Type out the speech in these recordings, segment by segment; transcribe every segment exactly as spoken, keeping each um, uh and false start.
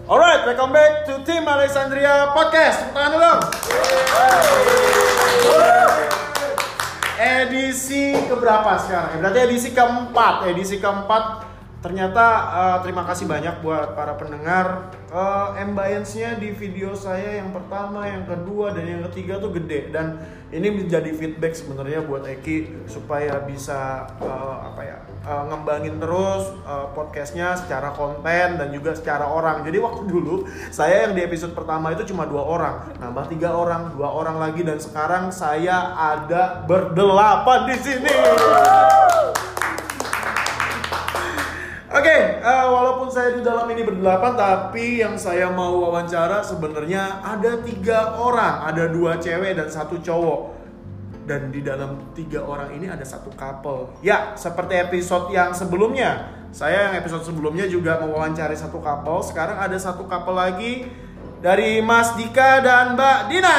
Alright, welcome back to Tim Alexandria Podcast. Tangan dulu. Edisi keberapa sekarang? Berarti edisi keempat. Edisi keempat. Ternyata uh, terima kasih banyak buat para pendengar. uh, Ambience-nya di video saya yang pertama, yang kedua, dan yang ketiga tuh gede. Dan ini menjadi feedback sebenarnya buat Eki supaya bisa uh, apa ya uh, ngembangin terus uh, podcastnya secara konten dan juga secara orang. Jadi waktu dulu saya yang di episode pertama itu cuma dua orang, nambah tiga orang, dua orang lagi, dan sekarang saya ada berdelapan di sini. Oke, okay, uh, walaupun saya di dalam ini berdelapan, tapi yang saya mau wawancara sebenarnya ada tiga orang, ada dua cewek dan satu cowok. Dan di dalam tiga orang ini ada satu couple. Ya, seperti episode yang sebelumnya. Saya yang episode sebelumnya juga mewawancari satu couple. Sekarang ada satu couple lagi dari Mas Dika dan Mbak Dina.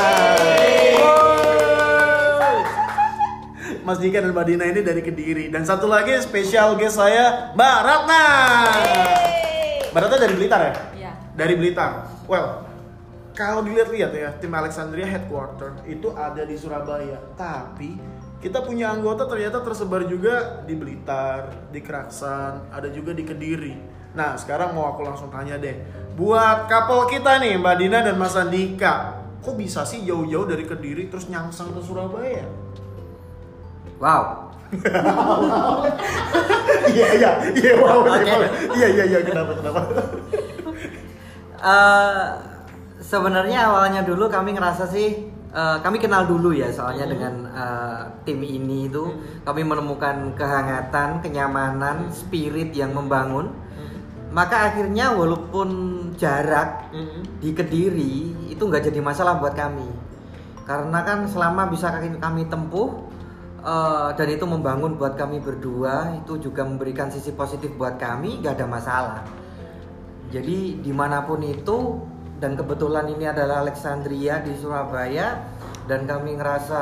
Mas Dika dan Mbak Dina ini dari Kediri. Dan satu lagi spesial guest saya, Mbak Ratna. Yeay. Mbak Ratna dari Blitar ya? Iya. Dari Blitar. Well, kalau dilihat-lihat ya, tim Alexandria headquarter itu ada di Surabaya. Tapi kita punya anggota ternyata tersebar juga di Blitar, di Keraksan, ada juga di Kediri. Nah, sekarang mau aku langsung tanya deh. Buat couple kita nih, Mbak Dina dan Mas Andika, kok bisa sih jauh-jauh dari Kediri terus nyangsang ke Surabaya? Wow. Iya iya iya wow. Iya iya iya kenapa kenapa? Uh, sebenarnya awalnya dulu kami ngerasa sih uh, kami kenal dulu ya soalnya hmm. dengan uh, tim ini itu hmm. kami menemukan kehangatan, kenyamanan, spirit yang membangun. Hmm. Maka akhirnya walaupun jarak hmm. di Kediri itu nggak jadi masalah buat kami. Karena kan selama bisa kami tempuh Uh, dan itu membangun buat kami berdua, itu juga memberikan sisi positif buat kami, gak ada masalah. Jadi dimanapun itu, dan kebetulan ini adalah Alexandria di Surabaya, dan kami ngerasa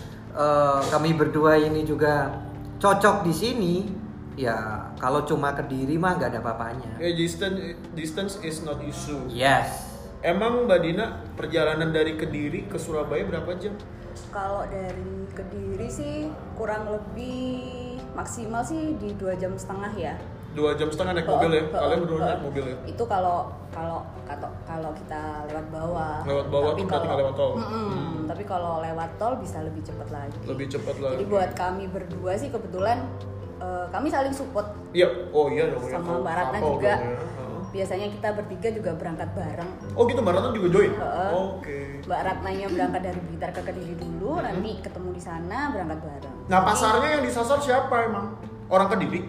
uh, kami berdua ini juga cocok di sini. Ya kalau cuma Kediri mah gak ada apa-apanya. Yeah, distance distance is not issue. Yes. Emang Mbak Dina perjalanan dari Kediri ke Surabaya berapa jam? Kalau dari Kediri sih kurang lebih maksimal sih di dua jam setengah ya. Dua jam setengah naik mobil ya? Kalian berdua naik mobil ya? Itu kalau kalau kalau kita lewat bawah. Lewat bawah tuh berarti nggak lewat tol. Hmm. Tapi kalau lewat tol bisa lebih cepat lagi. Lebih cepat lagi. Jadi buat kami berdua sih kebetulan uh, kami saling support. Iya, oh iya dong. Sama Mbak Ratna juga. Biasanya kita bertiga juga berangkat bareng. Oh gitu, Mbak Ratna juga join? Uh, Oke. Okay. Mbak Ratnanya berangkat dari Blitar ke Kediri dulu, hmm. nanti ketemu di sana berangkat bareng. Nah pasarnya yang disasar siapa emang? Orang Kediri?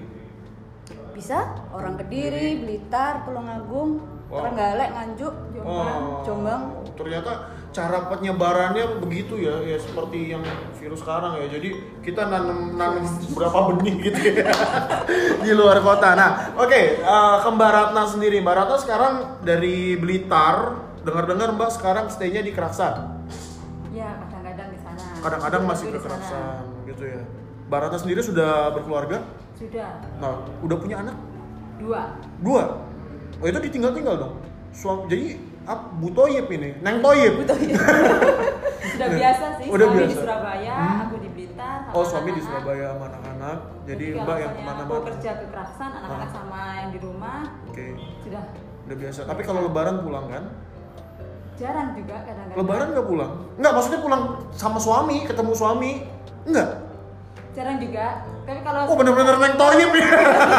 Bisa, orang Kediri, Blitar, Tulungagung, wow. Trenggalek, Nganjuk, Jombang, oh. Jombang. Ternyata cara penyebarannya begitu ya, ya seperti yang virus sekarang ya. Jadi kita nanam nanam berapa benih gitu ya di luar kota. Nah, oke, okay, uh, ke Mbak Ratna sendiri. Mbak Ratna sekarang dari Blitar. Dengar-dengar Mbak sekarang stay-nya di Keraksan. Ya, kadang-kadang di sana. Kadang-kadang masih ke Keraksan gitu ya. Mbak Ratna sendiri sudah berkeluarga? Sudah. Nah, udah punya anak? Dua. Dua? Oh itu ditinggal-tinggal dong? Suami, jadi ah, Bu Toyib ini? Neng Toyib? Bu Toyib. Sudah biasa sih, udah suami biasa. di Surabaya, hmm? aku di Blitar. Oh suami di Surabaya sama anak-anak. Jadi, jadi Mbak yang kemana-mana? Aku kerja ke Keraksan, anak-anak ah. sama yang di rumah. Oke. Okay. Sudah. Udah biasa. Tapi kalau lebaran pulang kan? Jarang juga kadang-kadang. Lebaran nggak pulang? Nggak, maksudnya pulang sama suami, ketemu suami? Enggak? Jarang juga. Tapi kalau oh bener-bener Neng Toyib ya.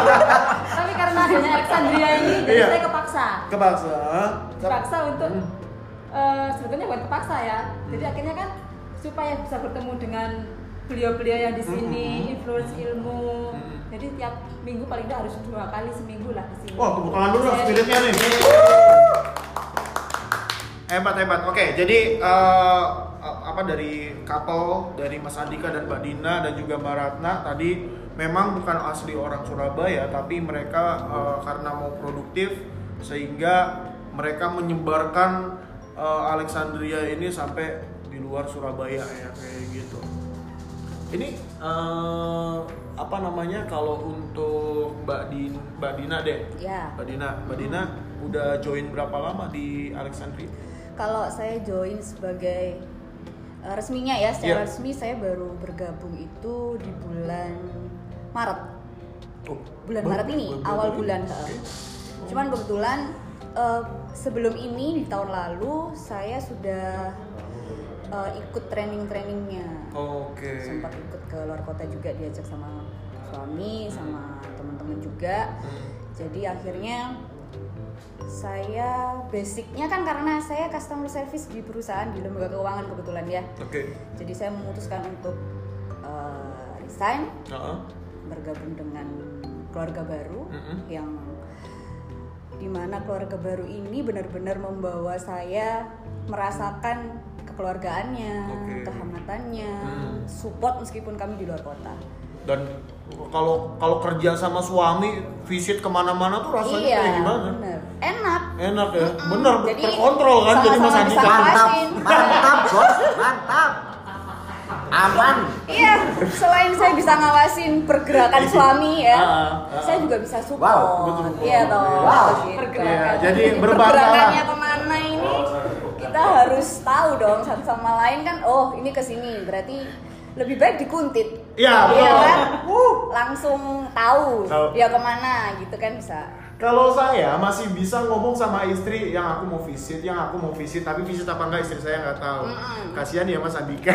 Tapi karena adanya Alexandria ini, jadi iya. saya kepaksa. Kepaksa. Kepaksa untuk hmm. uh, sebetulnya bukan kepaksa ya. Jadi akhirnya kan supaya bisa bertemu dengan beliau-beliau yang di sini, hmm. influence ilmu. Hmm. Jadi tiap minggu paling tidak harus dua kali seminggu lah di sini. Wah, tepuk tangan dulu lah spiritnya nih. Hebat hebat. Oke, jadi uh, apa dari couple dari Mas Andika dan Mbak Dina dan juga Mbak Ratna tadi memang bukan asli orang Surabaya, tapi mereka uh, karena mau produktif sehingga mereka menyebarkan uh, Alexandria ini sampai di luar Surabaya ya kayak gitu. Ini uh, apa namanya kalau untuk Mbak Din, Mbak Dina deh. Ya. Mbak Dina, Mbak Dina udah join berapa lama di Alexandria? Kalau saya join sebagai uh, resminya ya, secara Yeah. resmi saya baru bergabung itu di bulan Maret. Oh, Bulan baru- Maret ini, baru- awal baru- bulan. Oke. Cuman kebetulan uh, sebelum ini di tahun lalu saya sudah uh, ikut training-trainingnya. Oke. Sempat ikut ke luar kota juga, diajak sama suami, sama teman-teman juga. Hmm. Jadi akhirnya saya basicnya kan karena saya customer service di perusahaan di lembaga keuangan kebetulan ya. Oke. Jadi saya memutuskan untuk uh, resign, Heeh. bergabung dengan keluarga baru Mm-mm. yang dimana keluarga baru ini benar-benar membawa saya merasakan kekeluargaannya, Oke. kehangatannya, Hmm. support meskipun kami di luar kota. Dan kalau kalau kerja sama suami visit kemana-mana tuh rasanya Iya, kayak gimana? bener. Enak. Enak ya, Mm-mm. bener Jadi, terkontrol kan jadi Mas sama-sama Andika. bisa Mantap, ngawasin. mantap bos, mantap. Aman. Iya, selain saya bisa ngawasin pergerakan suami ya, Ah, ah. saya juga bisa support. Wow, betul. Iya toh. Wow. gitu. Iya, jadi berbantah. pergerakannya kemana ini kita harus tahu dong satu sama lain kan. Oh, ini ke sini, berarti lebih baik dikuntit. Iya, betul. kan? Langsung tahu Tahu. dia kemana gitu kan bisa. Kalau saya masih bisa ngomong sama istri yang aku mau visit, yang aku mau visit, tapi visit apa enggak istri saya nggak tahu. Mm-mm. Kasihan ya Mas Andika.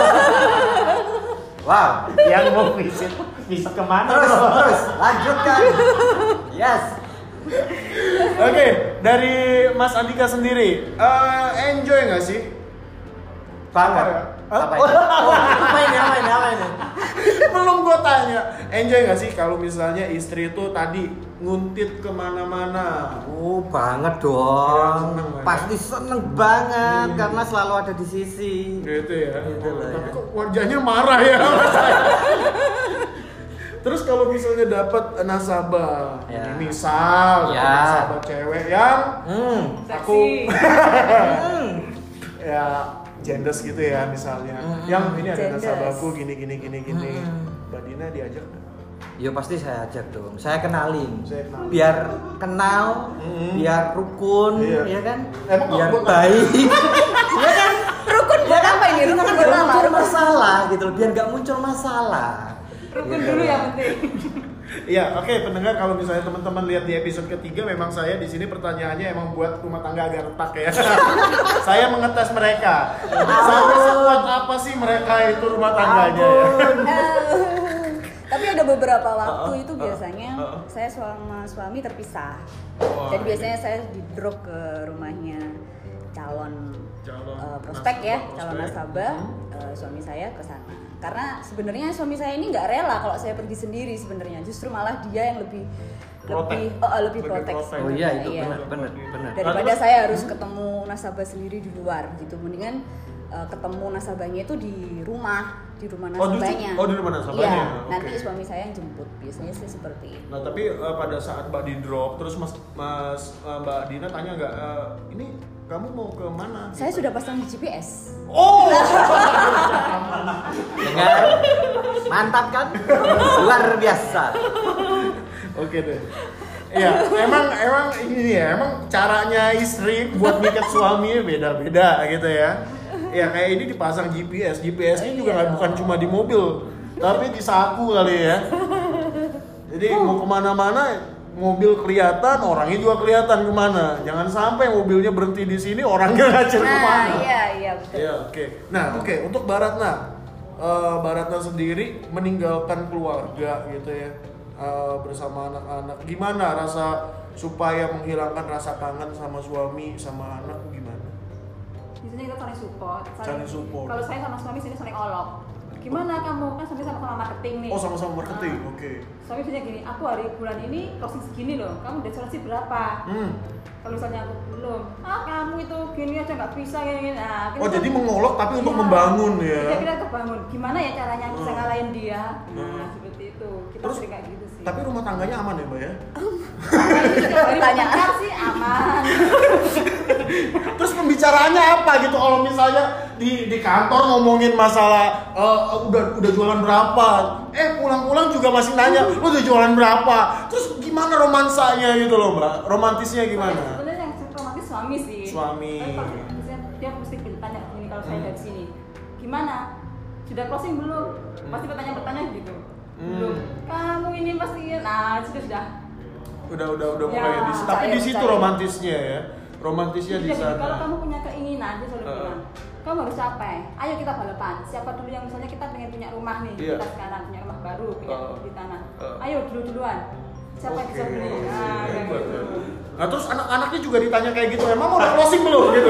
Wow. Yang mau visit, visit kemana? Terus, bro? terus, lanjutkan. Yes. Oke, dari Mas Andika sendiri, eh, enjoy nggak sih? Banget. Hah? Apa ini? Oh, apa ini? Apa ini? Apa ini? Belum gue tanya, enjoy nggak sih kalau misalnya istri itu tadi nguntit kemana-mana? Oh, banget Ya, dong. seneng banget. Pasti seneng banget Hmm. karena selalu ada di sisi. Gitu ya. Gitu Oh, lah tapi ya. kok wajahnya marah ya sama saya. Terus kalau misalnya dapat nasabah, Ya. ini misal dapat Ya. nasabah cewek yang Hmm. aku Hmm. ya gendes gitu ya misalnya, Hmm. yang ini ada Gendes. nasabahku gini gini gini gini, Hmm. Mbak Dina diajak nggak? Ya pasti saya ajak dong. Saya kenalin. Saya kenalin. Biar kenal, Mm-hmm. biar rukun, Iya. ya kan? Emang biar buat- baik. Iya kan? Rukun buat apa ini? Rukun Biar buat nggak apa? muncul Rukun- masalah gitu loh. Biar nggak muncul masalah. Rukun Gitu dulu loh. yang penting. Iya, oke pendengar, kalau misalnya teman-teman lihat di episode ketiga, memang saya di sini pertanyaannya emang buat rumah tangga agak retak ya. Saya mengetes mereka. Sampai sekuat apa sih mereka itu rumah tangganya ya? Eh, tapi ada beberapa waktu Uh-uh, itu uh-uh, biasanya uh-uh. saya sama suami terpisah. Wah, Jadi ini. biasanya saya di drop ke rumahnya calon, Calon eh, prospek ya, nasabah, calon prospek. nasabah. Mhm. eh, suami saya ke sana. Karena sebenarnya suami saya ini nggak rela kalau saya pergi sendiri sebenarnya. Justru malah dia yang lebih Protect. lebih oh, oh, lebih Lebih protek. protect. Oh iya itu Iya. benar benar benar. Daripada Nah, terus- saya harus ketemu nasabah sendiri di luar gitu, mendingan uh, ketemu nasabahnya itu di rumah, di rumah Oh, di- nasabahnya. oh, di rumah nasabahnya. Iya, Oke. nanti suami saya yang jemput. Biasanya sih seperti itu. Nah tapi eh, pada saat Mbak di drop, terus Mas, Mas eh, Mbak Dina tanya nggak, eh, ini kamu mau ke mana? Saya sudah pasang di G P S. Oh, Dengar? Mantap kan? Luar biasa. oke deh. Iya, emang emang ini ya, emang caranya istri buat ngikat suaminya beda-beda gitu ya. Ya kayak ini dipasang G P S, G P S-nya juga nggak bukan cuma di mobil, tapi di saku kali ya. Jadi mau kemana-mana mobil kelihatan, orangnya juga kelihatan kemana. Jangan sampai mobilnya berhenti di sini, orangnya ngacir Nah, kemana. iya iya betul. Iya, oke. Nah, oke untuk Baratna, Eh, Baratna sendiri meninggalkan keluarga gitu ya, eh, bersama anak-anak. Gimana rasa supaya menghilangkan rasa kangen sama suami, sama anak gimana? Biasanya kita saling support. Saling support. Kalau saya sama suami sini saling olok. Gimana kamu? Kan suami sama-sama marketing nih. Oh, sama-sama marketing, Ah. oke. Suami biasanya gini, aku hari bulan ini closing segini loh. Kamu udah asuransi berapa? Hmm. Kalau misalnya aku belum, ah kamu itu gini aja nggak bisa gini. Nah, kita Oh, kan- jadi mengolok tapi untuk Iya. membangun ya. Kita kira kebangun. Gimana ya caranya bisa Hmm. ngalahin dia? Hmm. Nah, seperti itu. Kita Terus, sering kayak gitu sih. Tapi rumah tangganya aman ya, Mbak ya? Pertanyaan Pertanyaan. sih aman. Terus pembicaraannya apa gitu kalau misalnya di di kantor ngomongin masalah uh, udah udah jualan berapa, eh pulang-pulang juga masih nanya lu udah jualan berapa, terus gimana romansanya gitu loh mbak, romantisnya gimana? Sebenarnya yang romantis suami sih. Suami. Tapi kalau misalnya dia mesti bertanya gini kalau saya dari sini, gimana? Sudah closing belum? Pasti bertanya-bertanya gitu. Belum. Kamu ini pasti, nah sudah sudah. Udah udah udah Ya, mulai di situ. Tapi percaya, di situ percaya. romantisnya ya, romantisnya di Iya, gitu. Kalau sana. kamu punya keinginan, dia selalu Uh. bilang, kamu harus capai. Ayo kita balapan. Siapa dulu yang misalnya kita pengen punya rumah nih, Iya. kita sekarang punya rumah baru, punya Uh. di tanah. Uh. Ayo dulu duluan. Siapa yang bisa Oke. beli? Nah, kayak Hebat, gitu. ya. Nah terus anak-anaknya juga ditanya kayak gitu, emang udah closing belum gitu?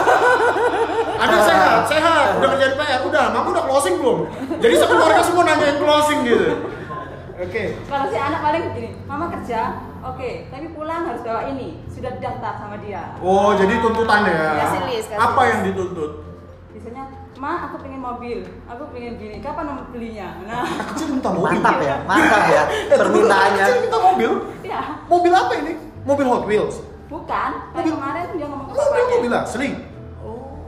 Ada sehat, sehat, udah kerjaan P R, udah, mama udah closing belum? Jadi sekeluarga semua nanyain closing gitu. Oke. Kalau si anak paling begini, mama kerja, oke, tapi pulang harus bawa ini, sudah daftar sama dia. Oh jadi tuntutannya ya? Kasih list, kasih Apa list. yang dituntut? Biasanya, ma aku pengen mobil, aku pengen gini, kapan mau belinya? Nah, Kecil minta mobil. Mantap ya, mantap ya permintaannya. Kecil minta mobil. ya, Mobil apa ini? Mobil Hot Wheels. bukan. Kayak Mobil- kemarin dia ngomong ke Mobil bapaknya. mobil asli. Oh.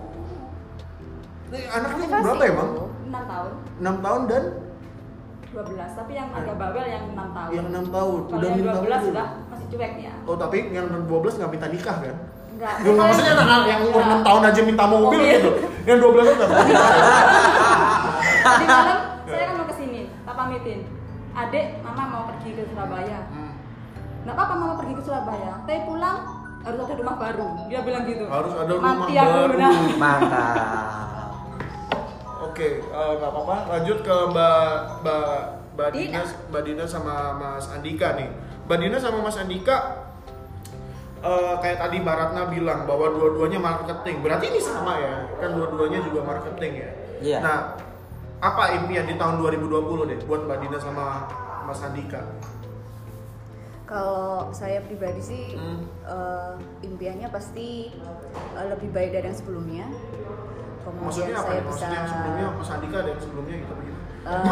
Ini anaknya Motivasi. berapa emang? enam tahun, enam tahun dan dua belas, tapi yang agak bawel yang enam tahun. yang enam tahun. Kalau Udah yang minta dua belas mobil. sudah masih cuek ya. Oh tapi yang dua belas nggak minta nikah kan? Enggak. Ya nggak maksudnya anak yang umur enam tahun aja minta mobil Mobil. gitu. Yang dua belas udah mau nikah. Tadi malam saya kan mau kesini, tak pamitin. Adek, mama mau pergi ke Surabaya. Hmm. Nggak apa-apa mama pergi ke Surabaya, tapi pulang harus ada rumah baru. Dia bilang gitu. Harus ada rumah Mati aku, baru. nah. Mantap. Oke, eh, nggak apa-apa. Lanjut ke Mbak Mbak Mbak Dina, Dina. Mbak Dina sama Mas Andika nih. Mbak Dina sama Mas Andika eh, kayak tadi Mbak Ratna bilang bahwa dua-duanya marketing. Berarti ini sama ya? Kan dua-duanya juga marketing ya. Iya. Nah, apa impian di tahun dua ribu dua puluh deh buat Mbak Dina sama Mas Andika? Kalau saya pribadi sih Hmm. eh, impiannya pasti eh, lebih baik dari yang sebelumnya. Kemudian Maksudnya apa? saya nih? bisa Maksudnya yang sebelumnya Mas Andika ada yang sebelumnya gitu begitu? eh,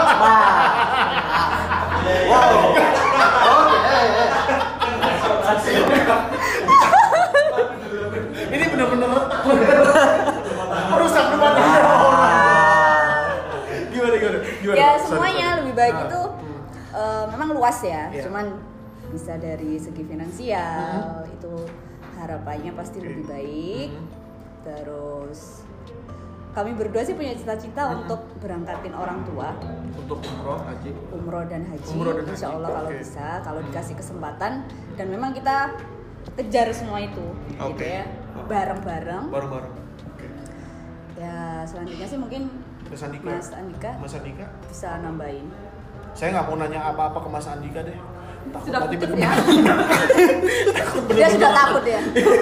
Ini benar-benar merusak rumah tangga orang. Gimana gimana? Gimana? ya Sorry, semuanya sorry. lebih baik Ah, itu hmm. eh, memang luas ya. Iya. Cuman bisa dari segi finansial itu harapannya pasti Oke. lebih baik. Hmm. Terus kami berdua sih punya cita-cita Hmm. untuk berangkatin orang tua Untuk umroh haji. umroh dan haji, Umroh dan insya haji, Allah kalau oke. bisa, kalau dikasih kesempatan dan memang kita kejar semua itu, gitu Oke. ya, bareng-bareng. Bareng-bareng. Oke. Ya selanjutnya sih mungkin Mas Andika. Mas Andika Mas Andika. bisa nambahin. Saya nggak mau nanya apa-apa ke Mas Andika deh. Takut Sudah nanti putus bener- ya. Takut Dia bener-bener sudah apa. takut ya.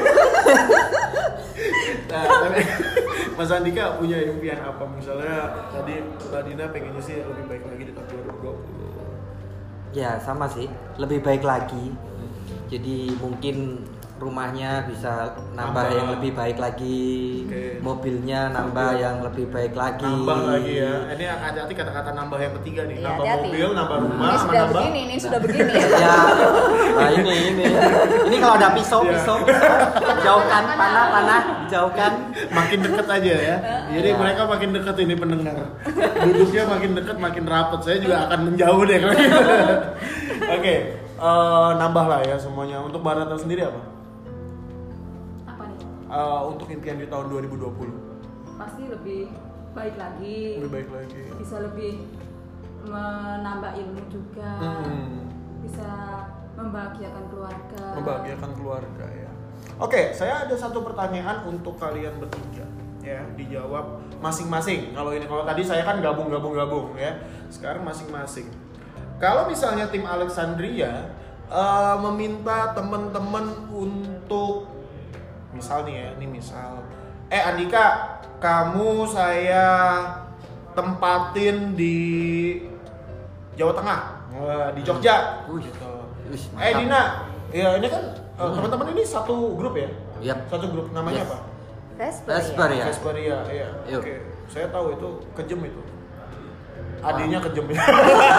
Nah, tapi Mas Andika punya impian apa? Misalnya tadi Mbak Dina pengennya sih lebih baik lagi di tahun dua ribu dua puluh. Ya sama sih, lebih baik lagi. Jadi mungkin rumahnya bisa nambah Nambah. yang lebih baik lagi, Oke. mobilnya nambah Mobil. yang lebih baik lagi. Nambah lagi ya. Ini hati-hati kata-kata nambah yang ketiga nih. Iya, Nambah hati-hati. mobil, nambah rumah, Ini sama sudah nambah. begini, ini sudah begini. Ya, nah ini ini. Ini kalau ada pisau, Ya. pisau, pisau, jauhkan, panah, panah, jauhkan. Makin deket aja ya. Jadi Ya. mereka makin deket ini pendengar. Duduknya makin deket, makin rapet. Saya juga akan menjauh deh kalau gitu. Oke, eh, nambah lah ya semuanya. Untuk Mbak Ratna sendiri apa? Apa nih? Eh, untuk impian di tahun dua ribu dua puluh. Pasti lebih baik lagi. Lebih baik lagi. Bisa lebih menambah ilmu juga. Hmm. Bisa membahagiakan keluarga. Membahagiakan keluarga ya. Oke, saya ada satu pertanyaan untuk kalian bertiga ya, dijawab masing-masing. Kalau ini kalau tadi saya kan gabung-gabung-gabung ya. Sekarang masing-masing. Kalau misalnya tim Alexandria eh, meminta teman-teman untuk misal nih ya, ini misal eh Andika, kamu saya tempatin di Jawa Tengah, eh, di Jogja Wih. gitu. Wih, Eh mantap. Dina, ya ini kan uh, teman-teman ini satu grup ya? Yap. Satu grup, namanya Yes. apa? Vesper Vesper ya. ya. Vesperia, iya. Yuk. Oke, saya tahu itu kejem itu. Adiknya kejem ya.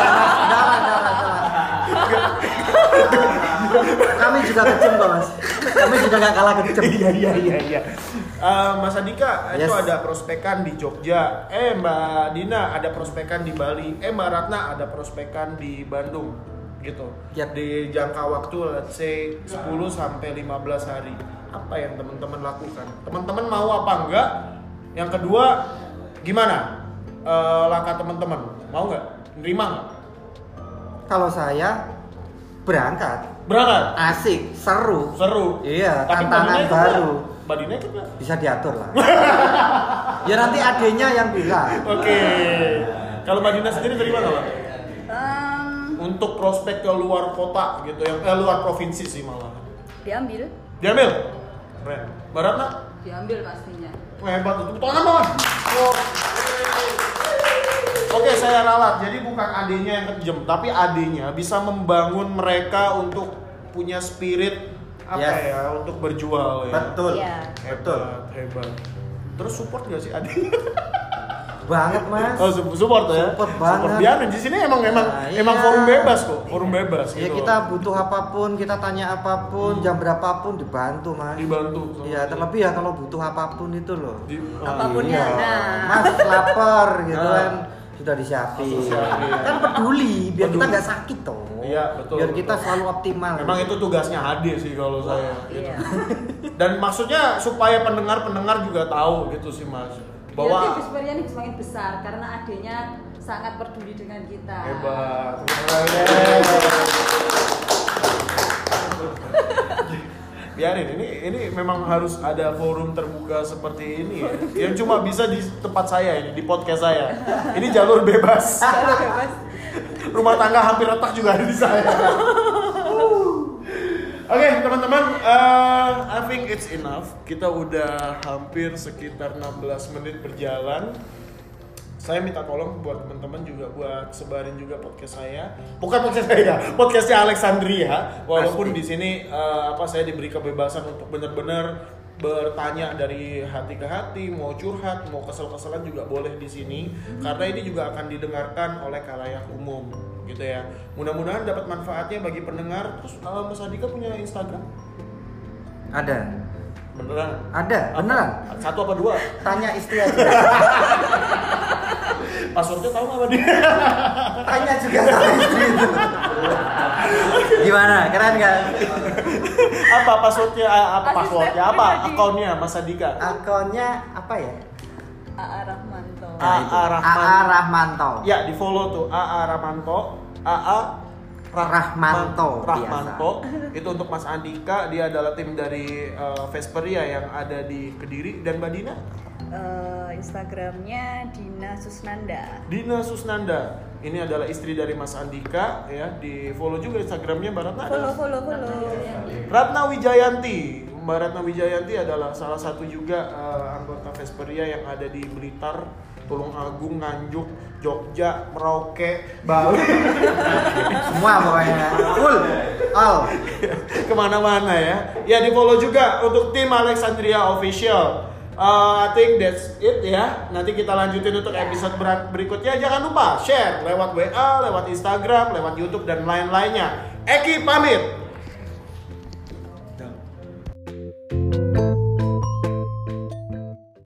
Kami juga kecem kok mas. Kami juga nggak kalah kecem. Iya iya iya iya. Uh, Mas Andika Yes. itu ada prospekan di Jogja. Eh Mbak Dina ada prospekan di Bali. Eh Mbak Ratna ada prospekan di Bandung. Gitu. Yap. Di jangka waktu let's say sepuluh sampai lima belas hari. Apa yang teman-teman lakukan? Teman-teman mau apa enggak? Yang kedua gimana? Uh, langkah teman-teman. Mau nggak? Nerima nggak? Kalau saya berangkat, Berangkat. asik, seru, Seru. Iya, Tapi tantangan Mbak Dina ikut baru. nggak? Mbak Dina ikut nggak? Bisa diatur lah. Ya nanti adenya yang bilang. Oke. Kalau Mbak Dina sendiri terima nggak, Mbak? Em, Untuk prospek ke luar kota gitu, yang eh, luar provinsi sih malah. diambil. Diambil. Keren. Mbak Ratna? Diambil pastinya. Hebat itu. Tangan banget. Oh. Oke, saya ralat. Jadi bukan adenya yang kejam, tapi adenya bisa membangun mereka untuk punya spirit apa Yes. ya, untuk berjual ya. Betul. Iya. Hebat, hebat. Terus support gak sih adenya? Banget mas. Oh, su- support ya. Support banget. Dia di sini emang emang Nah, emang iya. forum bebas kok, forum bebas Ya gitu. kita butuh apapun, kita tanya apapun, jam berapapun dibantu mas. dibantu. sama Iya, dia. terlebih ya kalau butuh apapun itu loh. Di- Apapun Iya. ya, nah. Mas lapar gitu Nah. kan sudah disiapin. Disiapin. Kan peduli biar kita Peduli. nggak sakit toh. Iya, betul, Biar kita betul. selalu optimal. Memang itu tugasnya H D sih kalau saya. Gitu. Iya. Dan maksudnya supaya pendengar-pendengar juga tahu gitu sih mas, Bahwa bahwa Bisperia ini semakin besar karena adanya sangat peduli dengan kita. hebat. Biarin, ini ini memang harus ada forum terbuka seperti ini ya. Yang cuma bisa di tempat saya ini, di podcast saya. Ini jalur bebas. Kalau bebas. Rumah tangga hampir retak juga ada di saya. Oke teman-teman, uh, I think it's enough. Kita udah hampir sekitar enam belas menit berjalan. Saya minta tolong buat teman-teman juga buat sebarin juga podcast saya. Bukan podcast saya, podcastnya Alexandria. Walaupun di sini uh, apa saya diberi kebebasan untuk benar-benar bertanya dari hati ke hati, mau curhat, mau kesel-keselan juga boleh di sini. Karena ini juga akan didengarkan oleh khalayak umum, gitu ya. Mudah-mudahan dapat manfaatnya bagi pendengar. Terus uh, Mas Andika punya Instagram? Ada. Beneran? Ada, Apa? beneran. Satu apa dua? Tanya istri aja. Passwordnya tahu nggak dia? Tanya juga sama istri itu. Gimana? Keren nggak? Apa passwordnya? ah, Apa Asisten passwordnya? Apa pribadi. akunnya Mas Andika? Akunnya apa ya? A A Rahmanto. A A Rahman. A A Rahmanto. Ya di follow tuh A A Rahmanto. A A Rah- Rahmanto, Rahmanto. Itu untuk Mas Andika. Dia adalah tim dari uh, Vesperia yang ada di Kediri. Dan Mbak Dina? Eh, Instagramnya Dina Susnanda. Dina Susnanda. Ini adalah istri dari Mas Andika ya. Di follow juga Instagramnya Mbak Ratna. Follow, follow, follow. Ratna Wijayanti. Mbak Ratna Wijayanti adalah salah satu juga uh, anggota Vesperia yang ada di Blitar, Tulungagung, Nganjuk, Jogja, Merauke, Bali. Semua pokoknya. Full. All. Kemana-mana ya. Ya di follow juga untuk tim Alexandria Official. Uh, I think that's it ya. Nanti kita lanjutin untuk episode ber- berikutnya. Jangan lupa share lewat W A, lewat Instagram, lewat YouTube dan lain-lainnya. Eki pamit.